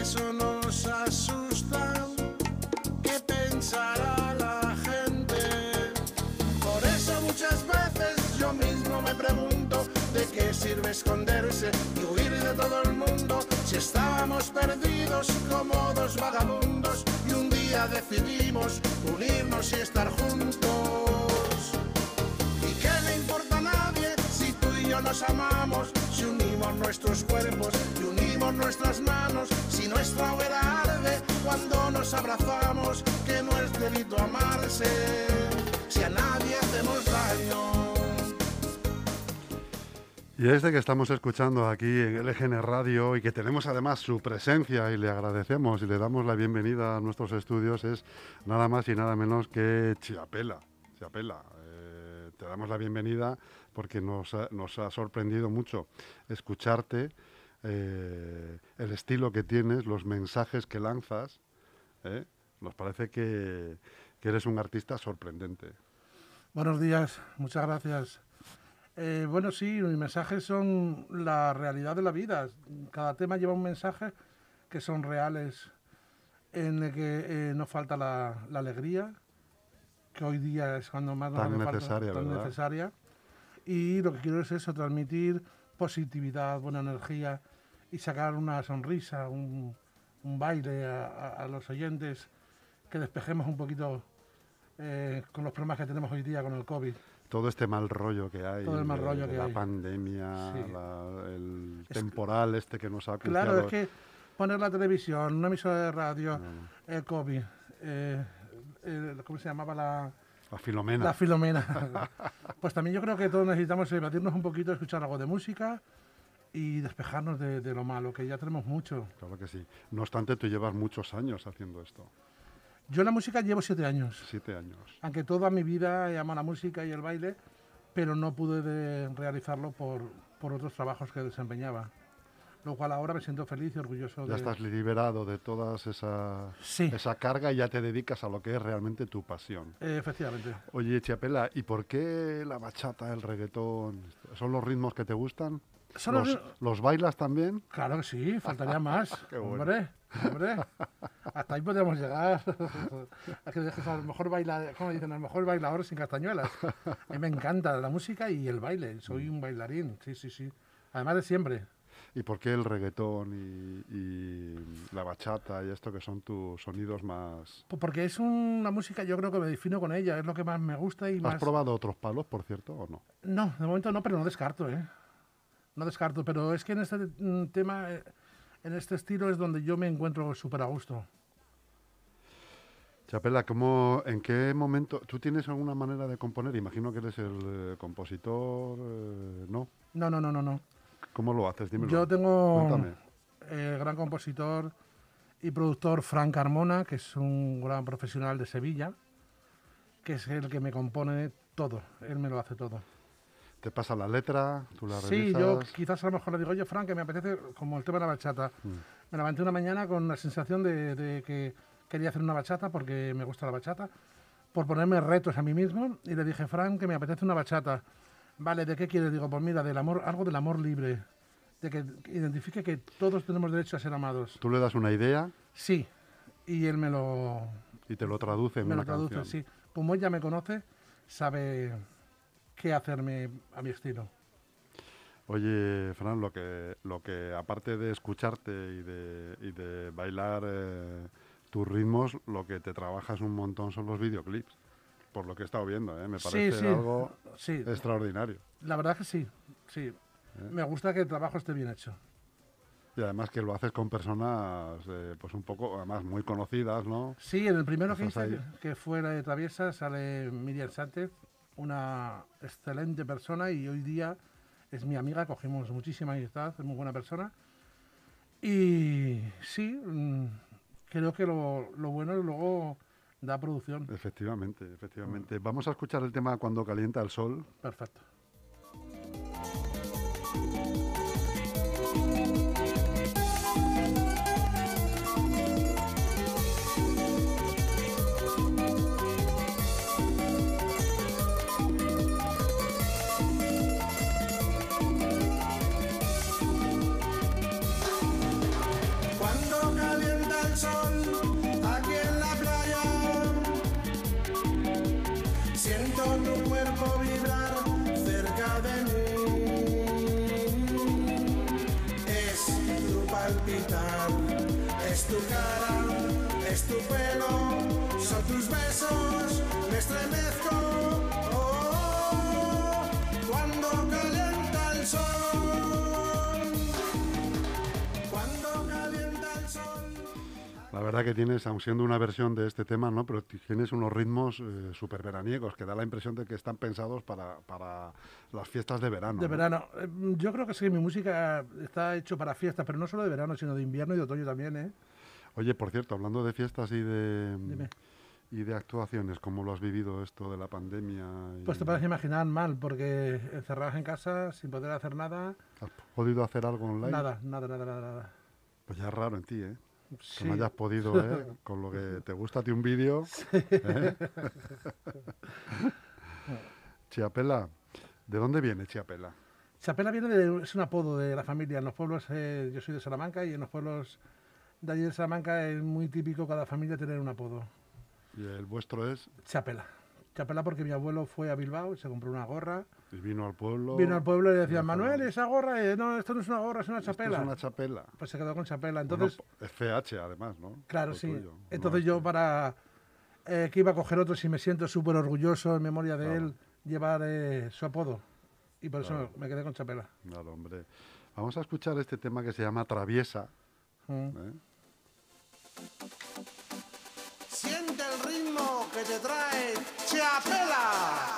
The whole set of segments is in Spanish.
eso nos asusta. ¿Qué pensará la gente? Por eso muchas veces yo mismo me pregunto ¿de qué sirve esconderse y huir de todo el mundo? Si estábamos perdidos como dos vagabundos y un día decidimos unirnos y estar juntos. ¿Y qué le importa a nadie si tú y yo nos amamos? Si unimos nuestros cuerpos y unimos nuestras manos, si nuestra hoguera arde cuando nos abrazamos, que no es delito amarse, si a nadie hacemos daño. Y este que estamos escuchando aquí en LGN Radio y que tenemos además su presencia y le agradecemos y le damos la bienvenida a nuestros estudios es nada más y nada menos que Chiapela. Chiapela, te damos la bienvenida porque nos ha sorprendido mucho escucharte, el estilo que tienes, los mensajes que lanzas. Nos parece que eres un artista sorprendente. Buenos días, muchas gracias. Bueno, sí, mis mensajes son la realidad de la vida. Cada tema lleva un mensaje que son reales, en el que no falta la alegría, que hoy día es cuando más nos hace falta, tan necesaria. Y lo que quiero es eso, transmitir positividad, buena energía y sacar una sonrisa, un baile a los oyentes, que despejemos un poquito con los problemas que tenemos hoy día con el COVID. Todo este mal rollo que hay, todo el mal rollo que la hay. Pandemia, Sí. El temporal este que nos ha acuciado. Claro, es que poner la televisión, una emisora de radio, el COVID, ¿cómo se llamaba la Filomena? La Filomena. Pues también yo creo que todos necesitamos evadirnos un poquito, escuchar algo de música y despejarnos de lo malo, que ya tenemos mucho. Claro que sí. No obstante, tú llevas muchos años haciendo esto. Yo en la música llevo 7 años. 7 años. Aunque toda mi vida he amado la música y el baile, pero no pude realizarlo por otros trabajos que desempeñaba. Lo cual ahora me siento feliz y orgulloso. Ya estás liberado de toda esa carga y ya te dedicas a lo que es realmente tu pasión. Efectivamente. Oye, Chiapela, ¿y por qué la bachata, el reggaetón? ¿Son los ritmos que te gustan? ¿Los bailas también? Claro que sí, faltaría más. Qué bueno. Hombre, hasta ahí podríamos llegar. A que dejes al mejor bailador, ¿cómo dicen? Al mejor bailador sin castañuelas. A mí me encanta la música y el baile. Soy un bailarín, sí. Además de siempre. ¿Y por qué el reggaetón y la bachata y esto que son tus sonidos más...? Pues porque es una música, yo creo que me defino con ella, es lo que más me gusta y más... ¿Has probado otros palos, por cierto, o no? No, de momento no, pero no descarto, No descarto, pero es que en este tema, en este estilo es donde yo me encuentro súper a gusto. Chiapela, ¿en qué momento...? ¿Tú tienes alguna manera de componer? Imagino que eres el compositor, ¿no? No. ¿Cómo lo haces? Dímelo. Yo tengo Cuéntame. El gran compositor y productor Frank Carmona, que es un gran profesional de Sevilla, que es el que me compone todo. Él me lo hace todo. ¿Te pasa la letra? ¿Tú la revisas? Sí, yo quizás a lo mejor le digo, oye, Frank, que me apetece, como el tema de la bachata. Me levanté una mañana con la sensación de que quería hacer una bachata, porque me gusta la bachata, por ponerme retos a mí mismo, y le dije, Frank, que me apetece una bachata. Vale, ¿de qué quieres? Digo, pues mira, del amor, algo del amor libre, de que identifique que todos tenemos derecho a ser amados. ¿Tú le das una idea? Sí, y él me lo... Y te lo traduce en una canción. Me lo traduce, sí. Como ella me conoce, sabe qué hacerme a mi estilo. Oye, Fran, lo que aparte de escucharte y de bailar tus ritmos, lo que te trabajas un montón son los videoclips. Por lo que he estado viendo, me parece algo extraordinario. La verdad que sí. Me gusta que el trabajo esté bien hecho. Y además que lo haces con personas, pues un poco, además muy conocidas, ¿no? Sí, en el primero que hice, que fue la de Traviesa, sale Miriam Sánchez, una excelente persona y hoy día es mi amiga, cogimos muchísima amistad, es muy buena persona. Y sí, creo que lo bueno es luego... da producción. Efectivamente. Vamos a escuchar el tema Cuando calienta el sol. Perfecto. Cuando tu pelo, son tus besos, me estremezco. Oh, cuando calienta el sol, cuando calienta el sol. La verdad que tienes, aun siendo una versión de este tema, ¿no? Pero tienes unos ritmos súper veraniegos que da la impresión de que están pensados para las fiestas de verano. De ¿no? verano. Yo creo que sí, mi música está hecho para fiestas, pero no solo de verano, sino de invierno y de otoño también, ¿eh? Oye, por cierto, hablando de fiestas Dime. y de actuaciones, ¿cómo lo has vivido esto de la pandemia? Pues te puedes imaginar mal, porque encerrados en casa, sin poder hacer nada, ¿Has podido hacer algo online? nada. Pues ya es raro en ti, ¿eh? Que Sí. no hayas podido, con lo que te gusta a ti un vídeo. ¿Eh? Chiapela, ¿de dónde viene Chiapela? Chapela es un apodo de la familia. En los pueblos, yo soy de Salamanca y en los pueblos de allí de Salamanca es muy típico cada familia tener un apodo. Y el vuestro es, Chapela. Chapela porque mi abuelo fue a Bilbao y se compró una gorra. y vino al pueblo. Vino al pueblo y le decían, dijo, Manuel, esa gorra, no, esto no es una gorra, es una esto chapela. es una chapela. Pues se quedó con chapela. Bueno, Entonces, es FH además, ¿no? claro, Lo sí. tuyo. Entonces No, yo sí. para que iba a coger otro, si me siento súper orgulloso en memoria de Claro. él, llevar su apodo. Y por Claro. eso me quedé con chapela. Claro, hombre. Vamos a escuchar este tema que se llama Traviesa. Mm. ¿Eh? Siente el ritmo que te trae Chiapela.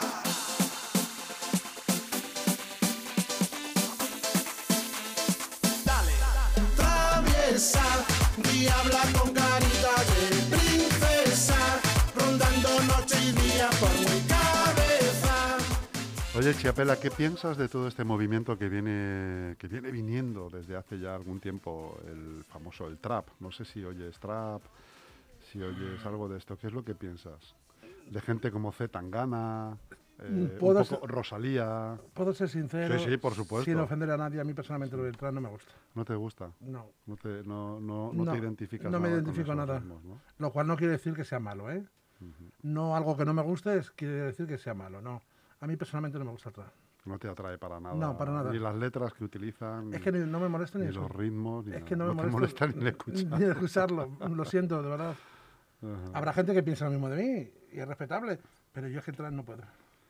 Dale. Traviesa, diabla con carita de princesa, rondando noche y día por mi cabeza. Oye, Chiapela, ¿qué piensas de todo este movimiento que viene viniendo desde hace ya algún tiempo, el famoso el trap? No sé si oyes trap, si oyes algo de esto. ¿Qué es lo que piensas? De gente como C. Tangana, un Puedo poco ser- Rosalía. Puedo ser sincero. Sí, sí, por supuesto. Sin ofender a nadie, a mí personalmente lo del trap no me gusta. ¿No te gusta? No. No te No, identificas no me nada con identifico esos nada. ritmos, ¿no? Lo cual no quiere decir que sea malo, ¿eh? No algo que no me guste quiere decir que sea malo, no. A mí personalmente no me gusta el trap. No te atrae para nada. No, para nada. Ni las letras que utilizan, Es que no me molesta ni ni eso. los ritmos, ni Es nada. que no me te molesta molesta ni el escuchar. ni escucharlo. Lo siento, de verdad. Ajá. Habrá gente que piensa lo mismo de mí y es respetable, pero yo es que el trap no puedo.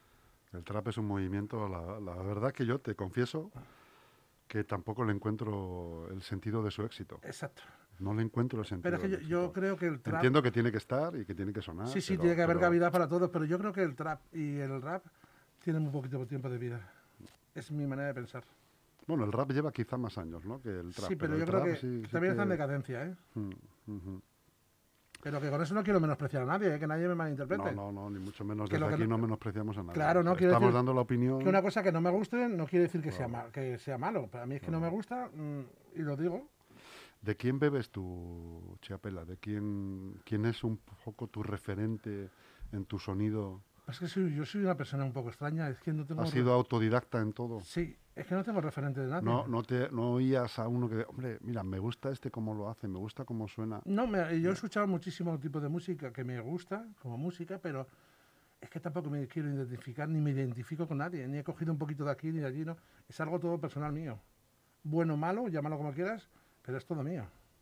El trap es un movimiento, la verdad que yo te confieso que tampoco le encuentro el sentido de su éxito. Exacto. No le encuentro el sentido. Pero es que del yo éxito. creo que el trap... Entiendo que tiene que estar y que tiene que sonar. Sí, pero- tiene que haber pero- cabida para todos, pero yo creo que el trap y el rap tienen muy poquito tiempo de vida. Es mi manera de pensar. Bueno, el rap lleva quizá más años, ¿no? Que el trap. Sí, pero el yo creo trap que sí también está en que- decadencia, ¿eh? Ujú. Pero que con eso no quiero menospreciar a nadie, ¿eh? Que nadie me malinterprete. No, ni mucho menos. Que Desde lo que aquí no- no menospreciamos a nadie. Claro, no, quiero Estamos decir dando la opinión. Que una cosa que no me guste no quiere decir que sea malo. Para mí es que no me gusta y lo digo. ¿De quién bebes tu Chiapela? ¿De quién es un poco tu referente en tu sonido? Es que yo soy una persona un poco extraña. Es que no tengo... ¿Has sido autodidacta en todo? Sí, es que no tengo referente de nadie. No oías a uno que, hombre, mira, me gusta este cómo lo hace, me gusta cómo suena. No, yo he escuchado muchísimo tipo de música que me gusta, como música, pero es que tampoco me quiero identificar, ni me identifico con nadie, ni he cogido un poquito de aquí ni de allí, no. Es algo todo personal mío. Bueno o malo, llámalo como quieras, pero es todo mío.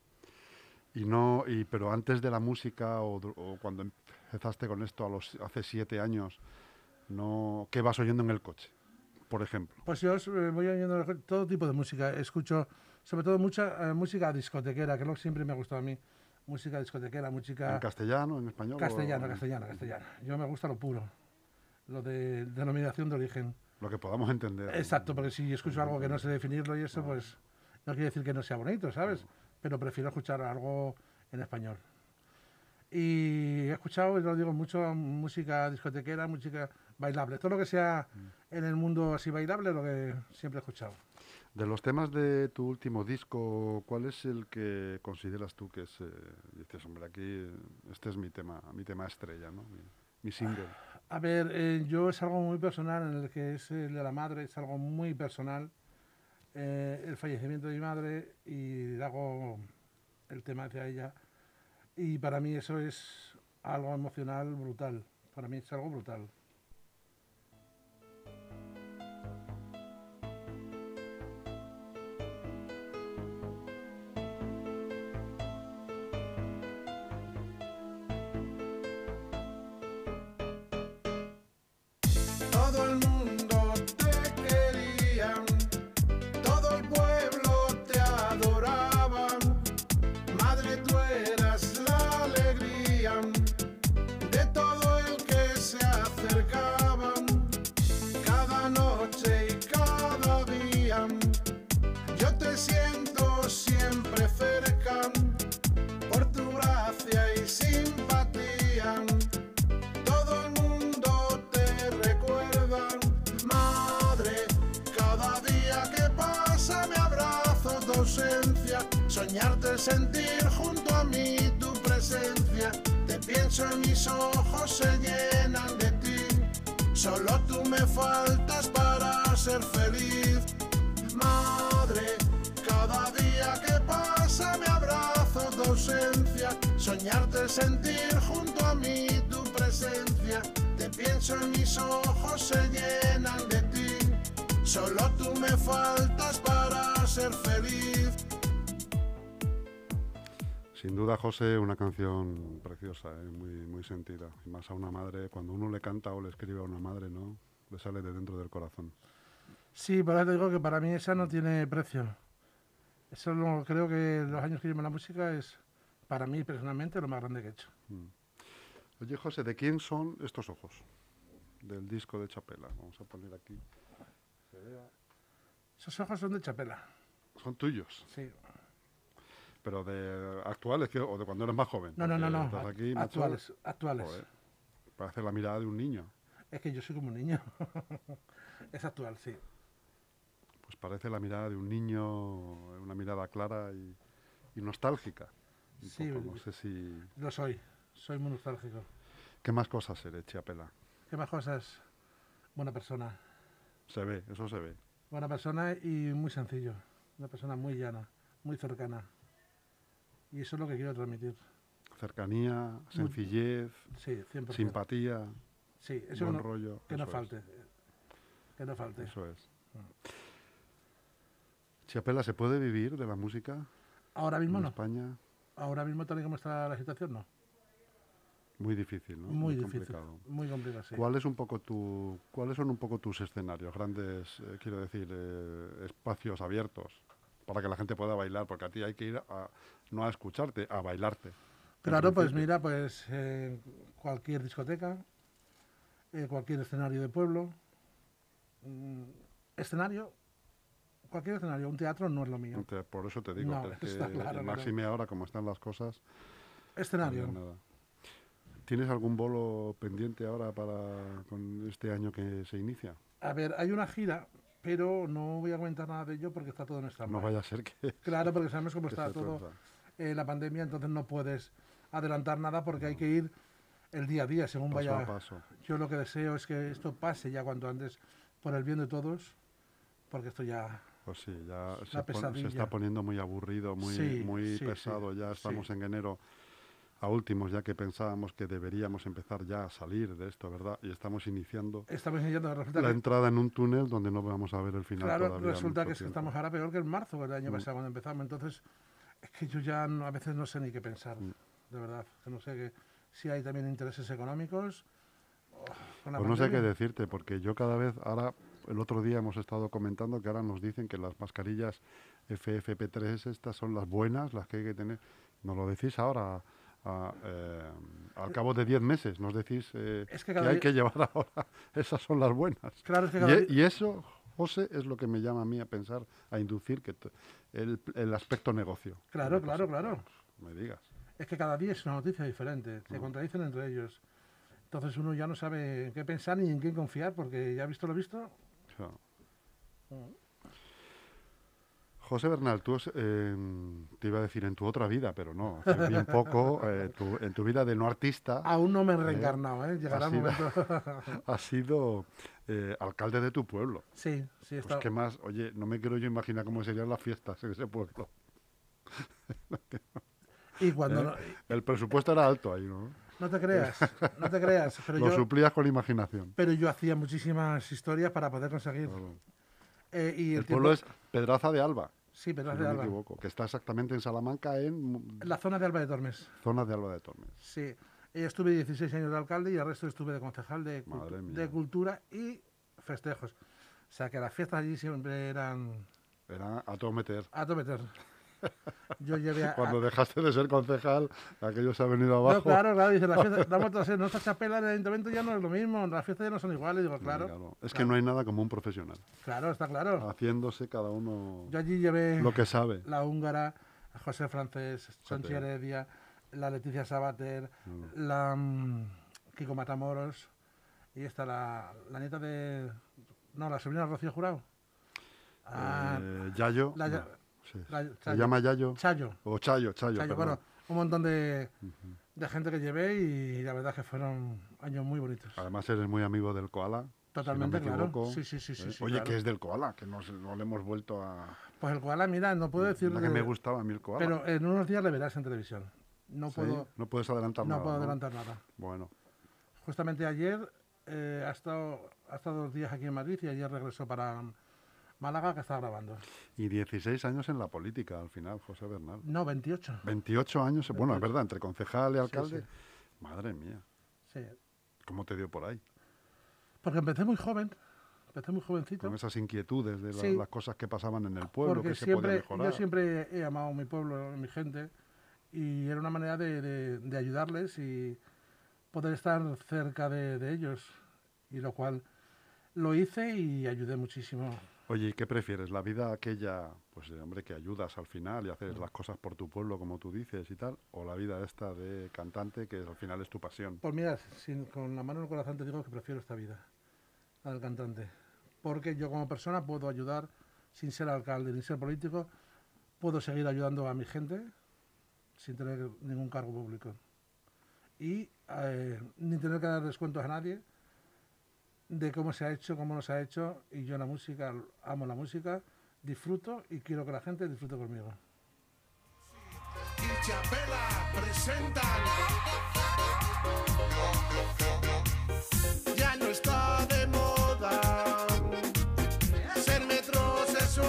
Pero antes de la música o cuando empezaste con esto hace 7 años, ¿qué vas oyendo en el coche, por ejemplo? Pues yo voy oyendo todo tipo de música. Escucho sobre todo mucha música discotequera, que es lo que siempre me ha gustado a mí. Música discotequera, música... ¿En castellano, en español? Castellano. Yo me gusta lo puro, lo de denominación de origen. Lo que podamos entender. Exacto, porque si escucho algo que no sé definirlo y eso, pues no quiere decir que no sea bonito, ¿sabes? Pero prefiero escuchar algo en español. Y he escuchado, y lo digo mucho, música discotequera, música bailable. Todo lo que sea en el mundo así bailable, lo que siempre he escuchado. De los temas de tu último disco, ¿cuál es el que consideras tú que es, dices, hombre, aquí este es mi tema estrella, ¿no? Mi single. A ver, yo es algo muy personal, en el que es el de la madre, es algo muy personal. El fallecimiento de mi madre, y hago el tema hacia ella. Y para mí eso es algo emocional brutal. Para mí es algo brutal. eras la alegría de todo el que se acercaba, cada noche y cada día. Yo te siento siempre cerca, por tu gracia y simpatía. Todo el mundo te recuerda, madre. Cada día que pasa me abrazo tu ausencia. Soñarte, sentir junto a mí tu presencia. Te pienso y mis ojos se llenan de ti. Solo tú me faltas para ser feliz. Madre, cada día que pasa me abrazo tu ausencia. Soñarte, sentir junto a mí tu presencia. Te pienso y mis ojos se llenan de ti. Solo tú me faltas para ser feliz. Sin duda, José, una canción preciosa, muy sentida. Y más a una madre, cuando uno le canta o le escribe a una madre, ¿no? Le sale de dentro del corazón. Sí, pero ahora te digo que para mí esa no tiene precio. Eso creo que los años que llevo en la música es, para mí personalmente, lo más grande que he hecho. Oye, José, ¿de quién son estos ojos? Del disco de Chapela. Vamos a poner aquí. Se vea. Esos ojos son de Chapela. Son tuyos. Sí. Pero de actuales o de cuando eres más joven. No. Estás aquí, macho, Actuales. joder, parece la mirada de un niño. Es que yo soy como un niño. Es actual, sí. Pues parece la mirada de un niño, una mirada clara y nostálgica. Un Sí, poco, no sé si... lo soy. Soy muy nostálgico. ¿Qué más cosas eres, Chapela? ¿Qué más cosas? Buena persona. Se ve, eso se ve. Buena persona y muy sencillo. Una persona muy llana, muy cercana. Y eso es lo que quiero transmitir. Cercanía, sencillez, Sí, 100%. simpatía, Sí, eso buen no, rollo. que no eso falte. Que no falte. Eso es. Chapela, ¿se puede vivir de la música Ahora mismo en no. España? Ahora mismo, tal y como está la situación, no. Muy difícil, ¿no? Muy difícil. complicado. Muy complicado, sí. ¿Cuáles son un poco tus escenarios? Grandes, quiero decir, espacios abiertos para que la gente pueda bailar, porque a ti hay que ir no a escucharte, a bailarte. Claro, pues mira, pues cualquier discoteca, cualquier escenario de pueblo, cualquier escenario, un teatro no es lo mío. Por eso te digo, No, que está claro, y máxime ahora, como están las cosas, Escenario. no hay nada. ¿Tienes algún bolo pendiente ahora con este año que se inicia? A ver, hay una gira, pero no voy a comentar nada de ello porque está todo en stand-by. No vaya a ser que... Claro, porque sabemos cómo que está se todo tuerza. la pandemia, entonces no puedes adelantar nada porque hay que ir el día a día, según Paso vaya. a paso. Yo lo que deseo es que esto pase ya cuanto antes, por el bien de todos, porque esto ya... Pues sí, ya se pesadilla. está poniendo muy aburrido, muy Sí, pesado. sí, Ya estamos sí. en enero a últimos, ya que pensábamos que deberíamos empezar ya a salir de esto, ¿verdad? Y estamos iniciando Estamos iniciando, resulta la que, entrada en un túnel donde no vamos a ver el final claro, todavía. resulta mucho que es que tiempo. estamos ahora peor que en marzo del año pasado cuando empezamos, entonces es que yo ya a veces no sé ni qué pensar, de verdad, que no sé si hay también intereses económicos. Con la Pues no sé qué pandemia. decirte, porque yo cada vez, ahora, el otro día hemos estado comentando que ahora nos dicen que las mascarillas FFP3 estas son las buenas, las que hay que tener. Nos lo decís ahora, al cabo de 10 meses, nos decís Es que que cada hay día- que llevar ahora, esas son las buenas. Claro, es que cada día- Y eso, José, es lo que me llama a mí a pensar, a inducir que el aspecto negocio. Claro, Una claro, cosa, claro. Me digas. Es que cada día es una noticia diferente, se contradicen entre ellos. Entonces uno ya no sabe en qué pensar ni en quién confiar, porque ya visto lo visto. O sea, José Bernal, te iba a decir en tu otra vida, pero no, hace bien poco, en tu vida de no artista, Aún no me he reencarnado, ¿eh? Llegará el sido- momento. has sido alcalde de tu pueblo. Sí, sí, Pues está. qué más, oye, no me quiero yo imaginar cómo serían las fiestas en ese pueblo. Y cuando ¿Eh? no, El presupuesto era alto ahí, ¿no? no te creas, no te creas, Lo suplías con imaginación. pero yo hacía muchísimas historias para poder conseguir. Claro. Y El tiempo- pueblo es Pedraza de Alba, Sí, pero si de no me Alba. equivoco, que está exactamente en Salamanca, en La zona de Alba de Tormes. zona de Alba de Tormes. Sí. Estuve 16 años de alcalde y el resto estuve de concejal de, Madre mía. de cultura y festejos. O sea que las fiestas allí siempre eran Era a todo meter. a todo meter. Yo llevé a... Cuando dejaste de ser concejal, aquello se ha venido abajo. No, claro, dice, la fiesta, vamos a hacer nuestra chapela en el ayuntamiento ya no es lo mismo, las fiestas ya no son iguales, digo, claro. Es que no hay nada como un profesional. Claro, está claro. Haciéndose cada uno Yo allí llevé lo que sabe. la húngara, a José Francés, Sonchi Heredia, la Leticia Sabater, la Kiko Matamoros, y esta, la nieta de... No, la sobrina de Rocío Jurado. Yayo. Sí. ¿Se llama Yayo? Chayo. O Chayo, bueno, un montón de gente que llevé y la verdad es que fueron años muy bonitos. Además eres muy amigo del koala. Totalmente, si no me equivoco. Claro. Sí, Oye, claro. ¿qué es del koala? Que no le hemos vuelto a... Pues el koala, mira, no puedo decirle... que me gustaba a mí el koala. Pero en unos días le verás en televisión. No puedes adelantar nada. No puedo adelantar nada. Bueno. Justamente ayer ha estado 2 días aquí en Madrid y ayer regresó para Málaga, que está grabando. Y 16 años en la política al final, José Bernal. No, 28. 28 años, 28. Bueno, es verdad, entre concejal y alcalde. Sí. Madre mía. Sí. ¿Cómo te dio por ahí? Porque empecé muy jovencito. Con esas inquietudes de las cosas que pasaban en el pueblo, porque que se podía mejorar. Yo siempre he amado mi pueblo, mi gente, y era una manera de ayudarles y poder estar cerca de ellos, y lo cual lo hice y ayudé muchísimo. Oye, ¿y qué prefieres? ¿La vida aquella, pues hombre, que ayudas al final y haces las cosas por tu pueblo, como tú dices y tal, o la vida esta de cantante, que al final es tu pasión? Pues mira, con la mano en el corazón te digo que prefiero esta vida, la del cantante. Porque yo como persona puedo ayudar, sin ser alcalde ni ser político, puedo seguir ayudando a mi gente sin tener ningún cargo público. Y ni tener que dar descuentos a nadie de cómo se ha hecho, cómo no se ha hecho, y yo la música, amo la música, disfruto y quiero que la gente disfrute conmigo. Y Chapela presentan. Ya no está de moda ser metrosexual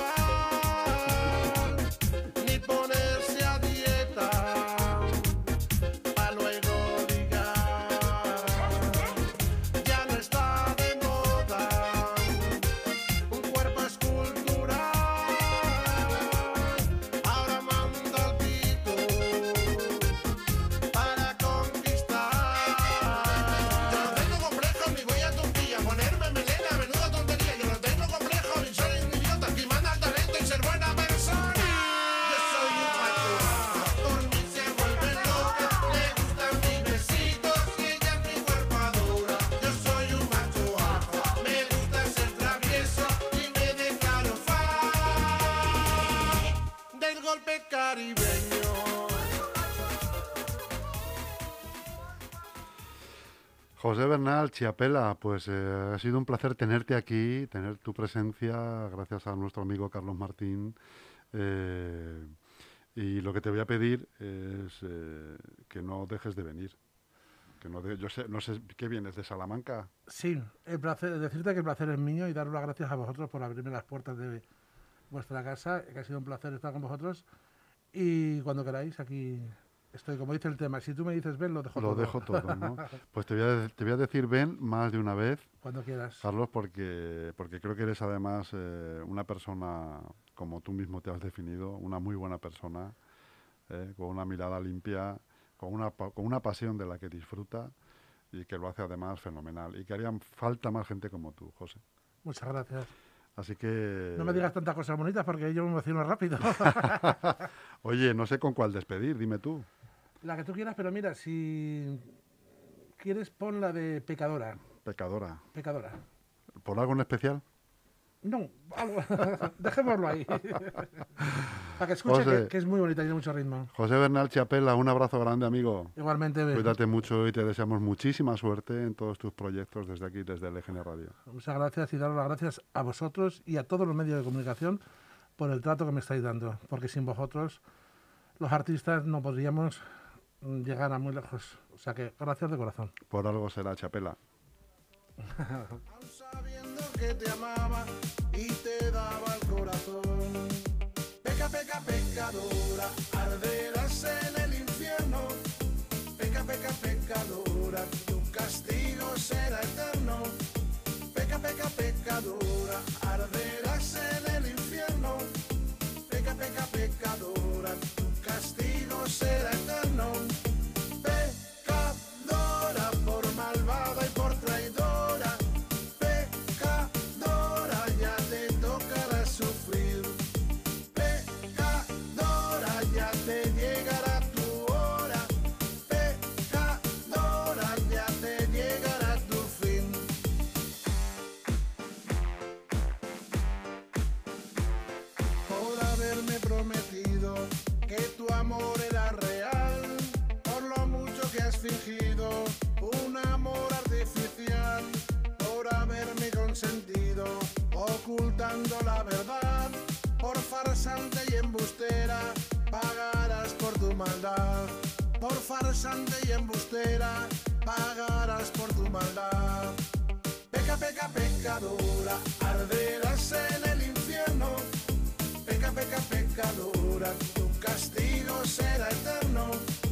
ni ponerse a dieta para luego ligar. Ya no está de moda un cuerpo escultural. Ahora manda el pito para conquistar. Yo no tengo complejo ni voy a Turquía ponerme melena, menuda tontería. Yo no tengo complejo ni soy un idiota, aquí manda el talento y ser buena persona. Yo soy un macho, por mí se vuelve loca, le gustan mis besitos y ella es mi cuerpo adora. Yo soy un macho alfa, me gusta ser travieso y me declaro fan del golpe caribeño. José Bernal, Chiapela, pues ha sido un placer tenerte aquí, tener tu presencia, gracias a nuestro amigo Carlos Martín. Y lo que te voy a pedir es que no dejes de venir. Que yo no sé qué vienes, ¿de Salamanca? Sí, decirte que el placer es mío y daros las gracias a vosotros por abrirme las puertas de vuestra casa, que ha sido un placer estar con vosotros. Y cuando queráis, aquí estoy, como dice el tema. Si tú me dices ven, lo dejo todo. Lo dejo todo, ¿no? Pues te voy a decir ven más de una vez, Cuando quieras. Carlos, porque creo que eres además una persona, como tú mismo te has definido, una muy buena persona, con una mirada limpia, con una pasión de la que disfruta y que lo hace además fenomenal. Y que haría falta más gente como tú, José. Muchas gracias. Así que... No me digas tantas cosas bonitas porque yo me emociono rápido. Oye, no sé con cuál despedir, dime tú. La que tú quieras, pero mira, si quieres pon la de Pecadora. Pecadora. Pecadora. ¿Por algo en especial? No, algo, dejémoslo ahí. Para que escuche José. que es muy bonita y tiene mucho ritmo. José Bernal Chiapela, un abrazo grande, amigo. Igualmente. Cuídate mucho y te deseamos muchísima suerte en todos tus proyectos desde aquí, desde LGN Radio. Muchas gracias y daros las gracias a vosotros y a todos los medios de comunicación por el trato que me estáis dando. Porque sin vosotros, los artistas no podríamos llegar a muy lejos. O sea que gracias de corazón. Por algo será, Chiapela. Aun sabiendo que te amaba y te daba el corazón. Peca, peca, pecadora, arderás en el infierno. Peca, peca, pecadora, tu castigo será eterno. Peca, peca, pecadora, arderás en el infierno. Peca, peca, pecadora, fingido un amor artificial por haberme consentido, ocultando la verdad. Por farsante y embustera pagarás por tu maldad. Por farsante y embustera pagarás por tu maldad. Peca, peca, pecadora, arderás en el infierno. Peca, peca, pecadora, tu castigo será eterno.